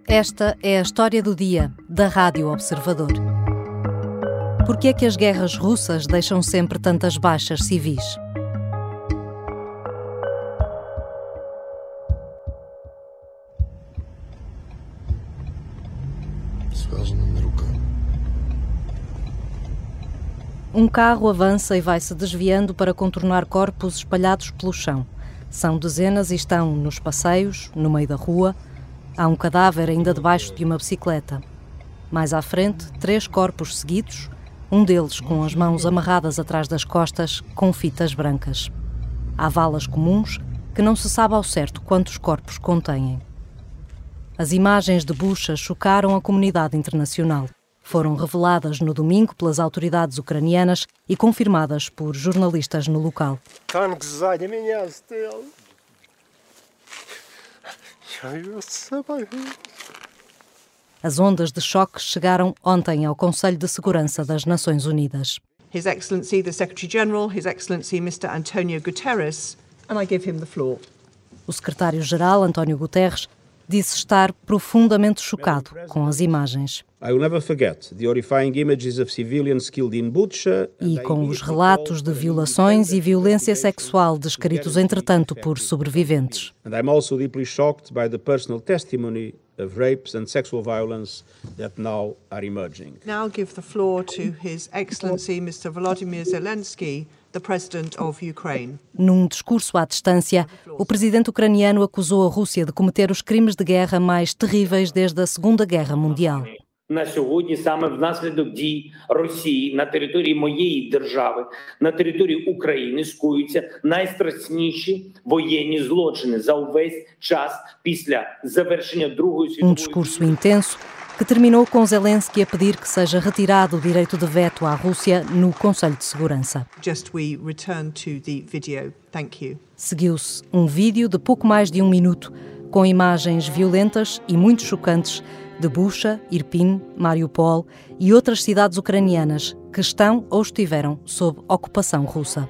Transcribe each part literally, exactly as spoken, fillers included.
Esta é a história do dia da Rádio Observador. Por que é que as guerras russas deixam sempre tantas baixas civis? Um carro avança e vai-se desviando para contornar corpos espalhados pelo chão. São dezenas e estão nos passeios, no meio da rua. Há um cadáver ainda debaixo de uma bicicleta. Mais à frente, três corpos seguidos, um deles com as mãos amarradas atrás das costas com fitas brancas. Há valas comuns que não se sabe ao certo quantos corpos contêm. As imagens de Bucha chocaram a comunidade internacional. Foram reveladas no domingo pelas autoridades ucranianas e confirmadas por jornalistas no local. As ondas de choque chegaram ontem ao Conselho de Segurança das Nações Unidas. His Excellency the Secretary-General, His Excellency mister António Guterres, and I give him the floor. O secretário-geral, António Guterres, disse estar profundamente chocado com as imagens. I will never forget the horrifying images of civilians killed in Bucha. E com os relatos de violações e violência sexual descritos, entretanto, por sobreviventes. And I'm also deeply shocked by the personal testimony of rapes and sexual violence that now are emerging. Now give the floor to His Excellency mister Volodymyr Zelensky, the President of Ukraine. Num discurso à distância, o presidente ucraniano acusou a Rússia de cometer os crimes de guerra mais terríveis desde a Segunda Guerra Mundial. На сьогодні саме внаслідок дій Росії на території моєї держави, на території України скоюються найстрашніші воєнні злочини за увесь час після завершення Другої світової. Um discurso intenso que terminou com Zelensky a pedir que seja retirado o direito de veto à Rússia no Conselho de Segurança. Just we return to the video. Thank you. Seguiu-se um vídeo de pouco mais de um minuto, com imagens violentas e muito chocantes de Bucha, Irpin, Mariupol e outras cidades ucranianas que estão ou estiveram sob ocupação russa.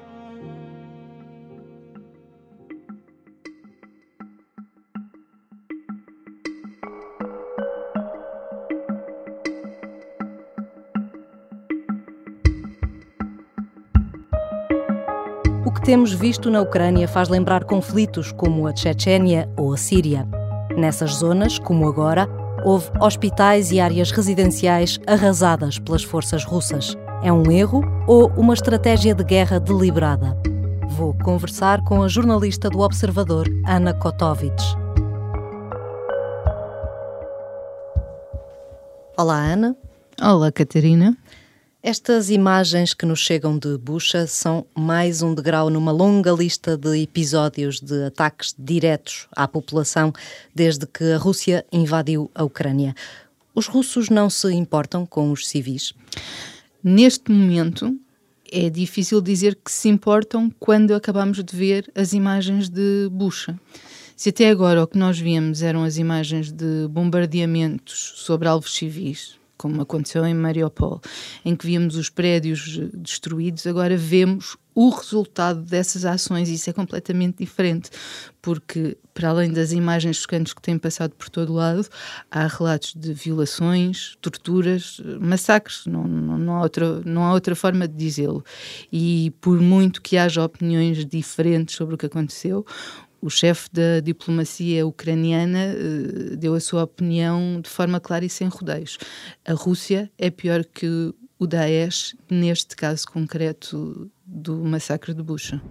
O que temos visto na Ucrânia faz lembrar conflitos como a Chechênia ou a Síria. Nessas zonas, como agora, houve hospitais e áreas residenciais arrasadas pelas forças russas. É um erro ou uma estratégia de guerra deliberada? Vou conversar com a jornalista do Observador, Ana Kotovich. Olá, Ana. Olá, Catarina. Estas imagens que nos chegam de Bucha são mais um degrau numa longa lista de episódios de ataques diretos à população desde que a Rússia invadiu a Ucrânia. Os russos não se importam com os civis? Neste momento, é difícil dizer que se importam quando acabamos de ver as imagens de Bucha. Se até agora o que nós víamos eram as imagens de bombardeamentos sobre alvos civis, como aconteceu em Mariupol, em que víamos os prédios destruídos, agora vemos o resultado dessas ações e isso é completamente diferente, porque para além das imagens chocantes que têm passado por todo o lado, há relatos de violações, torturas, massacres, não, não, não, há outra, não há outra forma de dizê-lo. E por muito que haja opiniões diferentes sobre o que aconteceu, o chefe da diplomacia ucraniana uh, deu a sua opinião de forma clara e sem rodeios. A Rússia é pior que o Daesh, neste caso concreto do massacre de Bucha.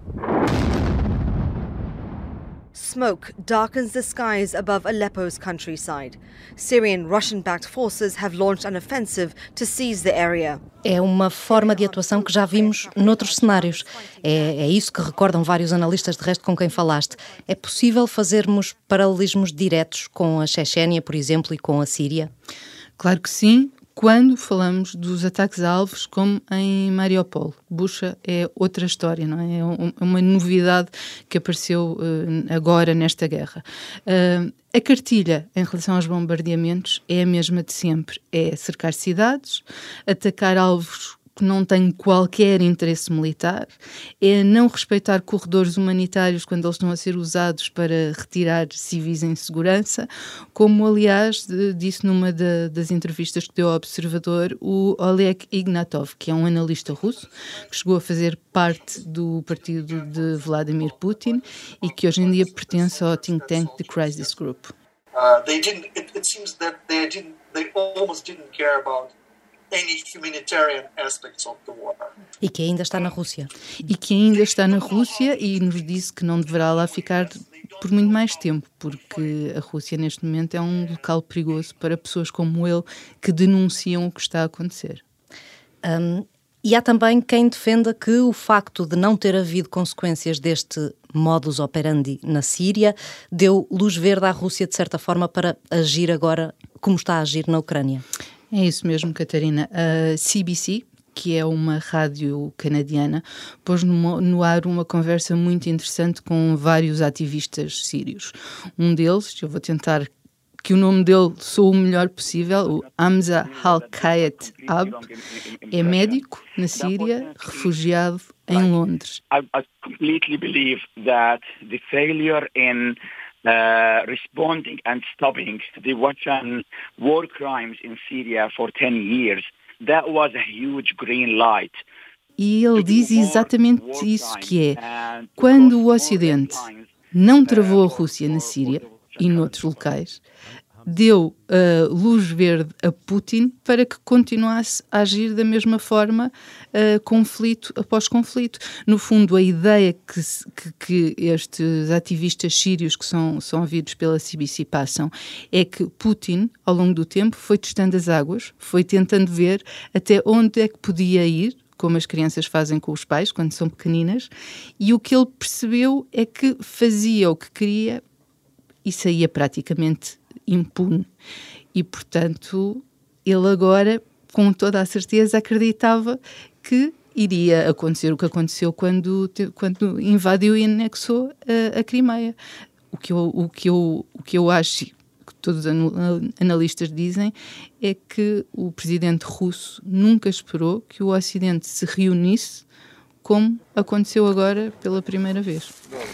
Smoke darkens the skies above Aleppo's countryside. Syrian Russian-backed forces have launched an offensive to seize the area. É uma forma de atuação que já vimos noutros cenários. É, é isso que recordam vários analistas de resto com quem falaste. É possível fazermos paralelismos diretos com a Chechênia, por exemplo, e com a Síria? Claro que sim. Quando falamos dos ataques a alvos como em Mariupol. Bucha é outra história, não é? É uma novidade que apareceu uh, agora nesta guerra. Uh, a cartilha em relação aos bombardeamentos é a mesma de sempre. É cercar cidades, atacar alvos que não tem qualquer interesse militar, é não respeitar corredores humanitários quando eles estão a ser usados para retirar civis em segurança, como aliás disse numa da, das entrevistas que deu ao Observador o Oleg Ignatov, que é um analista russo, que chegou a fazer parte do partido de Vladimir Putin e que hoje em dia pertence ao think tank The Crisis Group. Uh, they didn't, it, it seems that they didn't, they almost didn't care about any humanitarian aspects of the war. E que ainda está na Rússia. E que ainda está na Rússia e nos disse que não deverá lá ficar por muito mais tempo, porque a Rússia neste momento é um local perigoso para pessoas como ele que denunciam o que está a acontecer. Um, e há também quem defenda que o facto de não ter havido consequências deste modus operandi na Síria deu luz verde à Rússia, de certa forma, para agir agora como está a agir na Ucrânia. É isso mesmo, Catarina. A C B C, que é uma rádio canadiana, pôs no, no ar uma conversa muito interessante com vários ativistas sírios. Um deles, eu vou tentar que o nome dele soe o melhor possível, o Hamza Al-Kayet Ab, é médico na Síria, refugiado em Londres. I, I completely believe that the failure in Uh, responding and stopping the Russian war crimes in Syria for ten years, that was a huge green light. E ele diz exatamente isso, que é, quando o Ocidente não travou a Rússia na Síria e noutros locais, deu uh, luz verde a Putin para que continuasse a agir da mesma forma, uh, conflito após conflito. No fundo, a ideia que, que, que estes ativistas sírios que são, são ouvidos pela C B C passam é que Putin, ao longo do tempo, foi testando as águas, foi tentando ver até onde é que podia ir, como as crianças fazem com os pais quando são pequeninas, e o que ele percebeu é que fazia o que queria e saía praticamente impune. E, portanto, ele agora, com toda a certeza, acreditava que iria acontecer o que aconteceu quando, quando invadiu e anexou a, a Crimeia. O que, eu, o, que eu, o que eu acho, que todos os analistas dizem, é que o presidente russo nunca esperou que o Ocidente se reunisse como aconteceu agora pela primeira vez.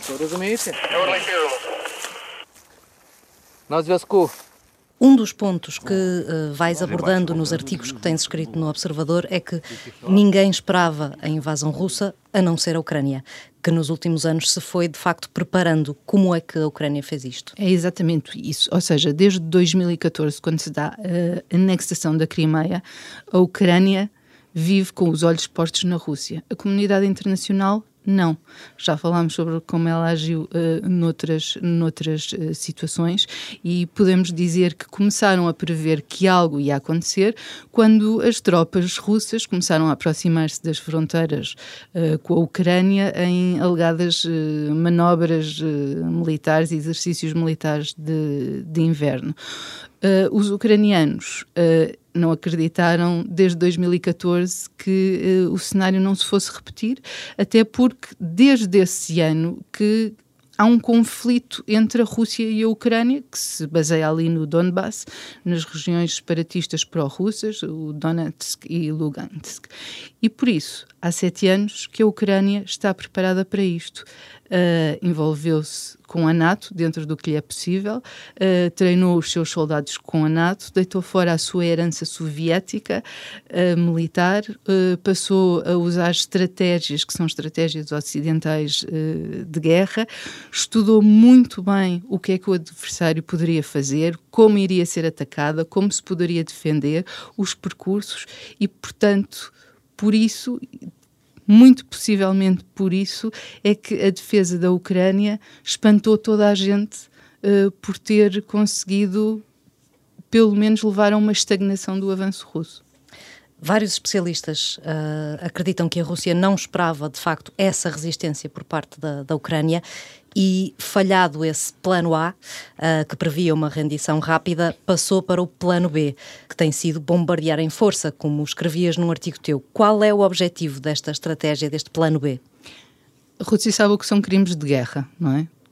Um dos pontos que uh, vais abordando nos artigos que tens escrito no Observador é que ninguém esperava a invasão russa, a não ser a Ucrânia, que nos últimos anos se foi, de facto, preparando. Como é que a Ucrânia fez isto? É exatamente isso. Ou seja, desde dois mil e catorze, quando se dá a anexação da Crimeia, a Ucrânia vive com os olhos postos na Rússia. A comunidade internacional não. Já falámos sobre como ela agiu uh, noutras, noutras uh, situações e podemos dizer que começaram a prever que algo ia acontecer quando as tropas russas começaram a aproximar-se das fronteiras uh, com a Ucrânia em alegadas uh, manobras uh, militares e exercícios militares de, de inverno. Uh, os ucranianos uh, não acreditaram desde dois mil e catorze que uh, o cenário não se fosse repetir, até porque desde esse ano que há um conflito entre a Rússia e a Ucrânia que se baseia ali no Donbass, nas regiões separatistas pró-russas, o Donetsk e Lugansk. E por isso, há sete anos que a Ucrânia está preparada para isto. Uh, envolveu-se com a NATO, dentro do que lhe é possível, uh, treinou os seus soldados com a NATO, deitou fora a sua herança soviética uh, militar, uh, passou a usar estratégias que são estratégias ocidentais uh, de guerra, estudou muito bem o que é que o adversário poderia fazer, como iria ser atacada, como se poderia defender, os percursos e, portanto, por isso... Muito possivelmente por isso é que a defesa da Ucrânia espantou toda a gente uh, por ter conseguido, pelo menos, levar a uma estagnação do avanço russo. Vários especialistas uh, acreditam que a Rússia não esperava, de facto, essa resistência por parte da, da Ucrânia e, falhado esse plano A, uh, que previa uma rendição rápida, passou para o plano B, que tem sido bombardear em força, como escrevias num artigo teu. Qual é o objetivo desta estratégia, deste plano B? A Rússia sabe o que são crimes de guerra, não é?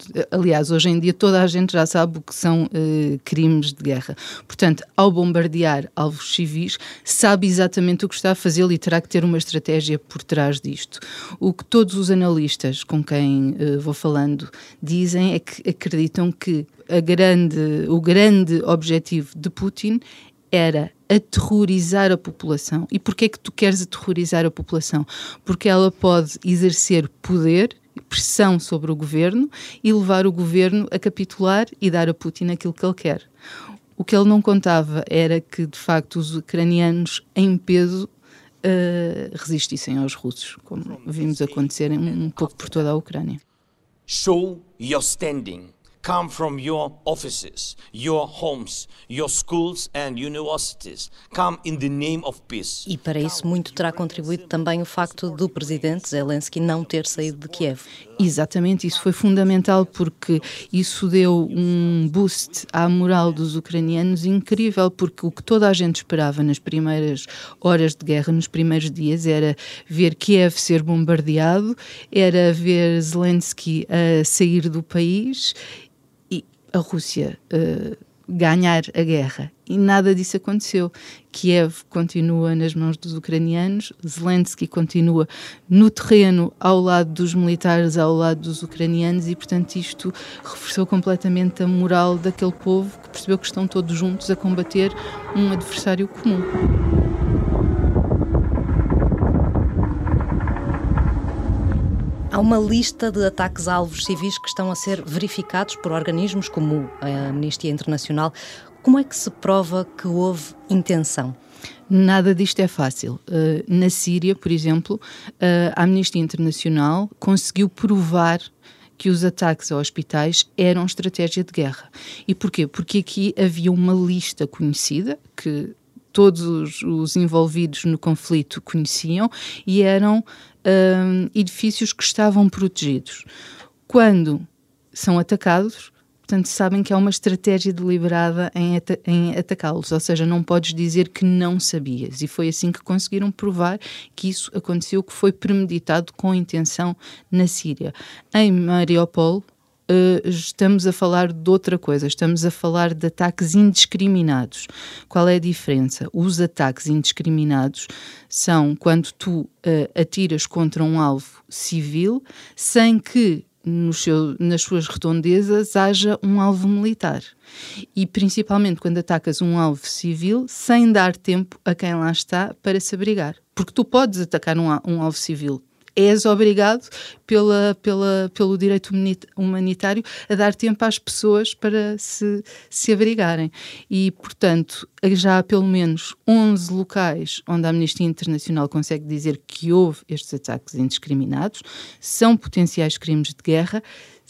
aliás, hoje em dia toda a gente já sabe o que são uh, crimes de guerra. Portanto, ao bombardear alvos civis, sabe exatamente o que está a fazer e terá que ter uma estratégia por trás disto. O que todos os analistas com quem uh, vou falando dizem é que acreditam que a grande, o grande objetivo de Putin era aterrorizar a população. E porquê é que tu queres aterrorizar a população? Porque ela pode exercer poder, pressão sobre o governo e levar o governo a capitular e dar a Putin aquilo que ele quer. O que ele não contava era que, de facto, os ucranianos, em peso, uh, resistissem aos russos, como vimos acontecer um, um pouco por toda a Ucrânia. Show your standing. Come from your offices, your homes, your schools and universities. Come in the name of peace. E para isso muito terá contribuído também o facto do presidente Zelensky não ter saído de Kiev. Exatamente, isso foi fundamental porque isso deu um boost à moral dos ucranianos incrível, porque o que toda a gente esperava nas primeiras horas de guerra, nos primeiros dias, era ver Kiev ser bombardeado, era ver Zelensky a sair do país e a Rússia uh, ganhar a guerra. E nada disso aconteceu. Kiev continua nas mãos dos ucranianos, Zelensky continua no terreno ao lado dos militares, ao lado dos ucranianos, e portanto isto reforçou completamente a moral daquele povo que percebeu que estão todos juntos a combater um adversário comum. Há uma lista de ataques a alvos civis que estão a ser verificados por organismos como a Amnistia Internacional. Como é que se prova que houve intenção? Nada disto é fácil. Uh, na Síria, por exemplo, uh, a Amnistia Internacional conseguiu provar que os ataques a hospitais eram estratégia de guerra. E porquê? Porque aqui havia uma lista conhecida que todos os envolvidos no conflito conheciam e eram uh, edifícios que estavam protegidos. Quando são atacados, portanto, sabem que há uma estratégia deliberada em, ata- em atacá-los, ou seja, não podes dizer que não sabias. E foi assim que conseguiram provar que isso aconteceu, que foi premeditado com intenção na Síria. Em Mariupol, Uh, estamos a falar de outra coisa, estamos a falar de ataques indiscriminados. Qual é a diferença? Os ataques indiscriminados são quando tu uh, atiras contra um alvo civil sem que no seu, nas suas redondezas haja um alvo militar. E principalmente quando atacas um alvo civil sem dar tempo a quem lá está para se abrigar. Porque tu podes atacar um, um alvo civil, és obrigado pela, pela, pelo direito humanitário a dar tempo às pessoas para se, se abrigarem. E, portanto, já há pelo menos onze locais onde a Amnistia Internacional consegue dizer que houve estes ataques indiscriminados, são potenciais crimes de guerra.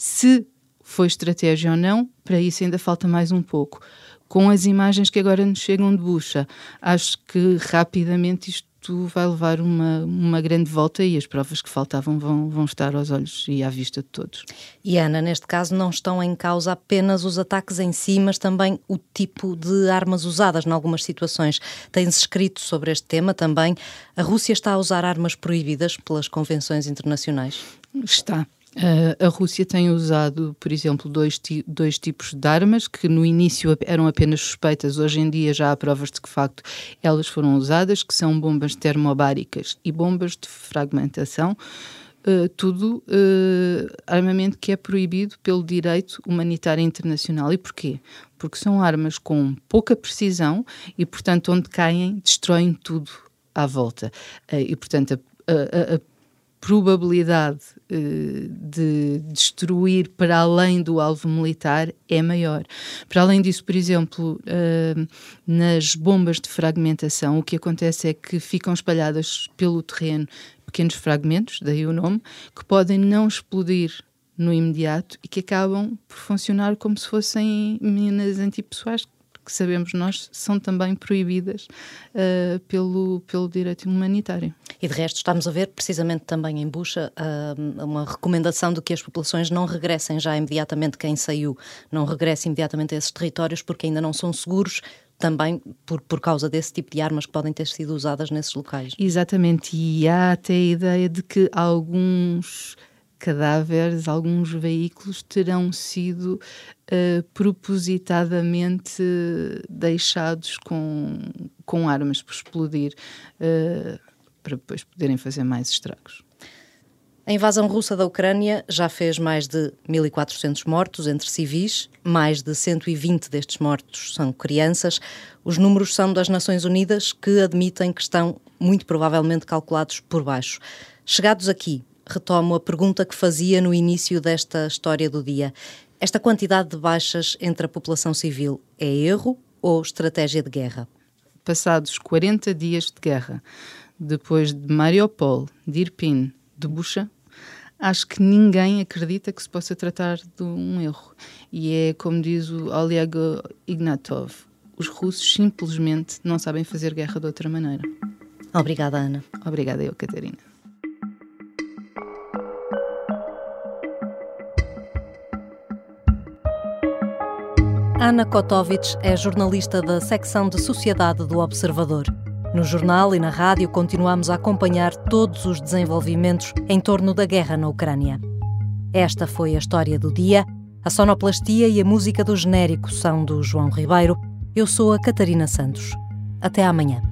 Se foi estratégia ou não, para isso ainda falta mais um pouco. Com as imagens que agora nos chegam de Bucha, acho que rapidamente isto vai levar uma, uma grande volta e as provas que faltavam vão, vão estar aos olhos e à vista de todos. E Ana, neste caso não estão em causa apenas os ataques em si, mas também o tipo de armas usadas em algumas situações. Tens escrito sobre este tema também. A Rússia está a usar armas proibidas pelas convenções internacionais? Está. Uh, a Rússia tem usado, por exemplo, dois, ti- dois tipos de armas que no início eram apenas suspeitas. Hoje em dia já há provas de que, de facto, elas foram usadas, que são bombas termobáricas e bombas de fragmentação. Uh, tudo uh, armamento que é proibido pelo direito humanitário internacional. E porquê? Porque são armas com pouca precisão e, portanto, onde caem, destroem tudo à volta. Uh, e, portanto, a, a, a probabilidade uh, de destruir para além do alvo militar é maior. Para além disso, por exemplo, uh, nas bombas de fragmentação, o que acontece é que ficam espalhadas pelo terreno pequenos fragmentos, daí o nome, que podem não explodir no imediato e que acabam por funcionar como se fossem minas antipessoais, que sabemos nós são também proibidas uh, pelo, pelo direito humanitário. E de resto estamos a ver precisamente também em Bucha uh, uma recomendação de que as populações não regressem já imediatamente, quem saiu não regresse imediatamente a esses territórios porque ainda não são seguros, também por, por causa desse tipo de armas que podem ter sido usadas nesses locais. Exatamente, e há até a ideia de que alguns cadáveres, alguns veículos terão sido uh, propositadamente deixados com, com armas por explodir, uh, para depois poderem fazer mais estragos. A invasão russa da Ucrânia já fez mais de mil e quatrocentos mortos entre civis, mais de cento e vinte destes mortos são crianças. Os números são das Nações Unidas, que admitem que estão muito provavelmente calculados por baixo. Chegados aqui, retomo a pergunta que fazia no início desta história do dia. Esta quantidade de baixas entre a população civil é erro ou estratégia de guerra? Passados quarenta dias de guerra, depois de Mariupol, de Irpin, de Bucha, acho que ninguém acredita que se possa tratar de um erro. E é como diz o Oleg Ignatov, os russos simplesmente não sabem fazer guerra de outra maneira. Obrigada, Ana. Obrigada eu, Catarina. Ana Kotovich é jornalista da secção de Sociedade do Observador. No jornal e na rádio continuamos a acompanhar todos os desenvolvimentos em torno da guerra na Ucrânia. Esta foi a história do dia. A sonoplastia e a música do genérico são do João Ribeiro. Eu sou a Catarina Santos. Até amanhã.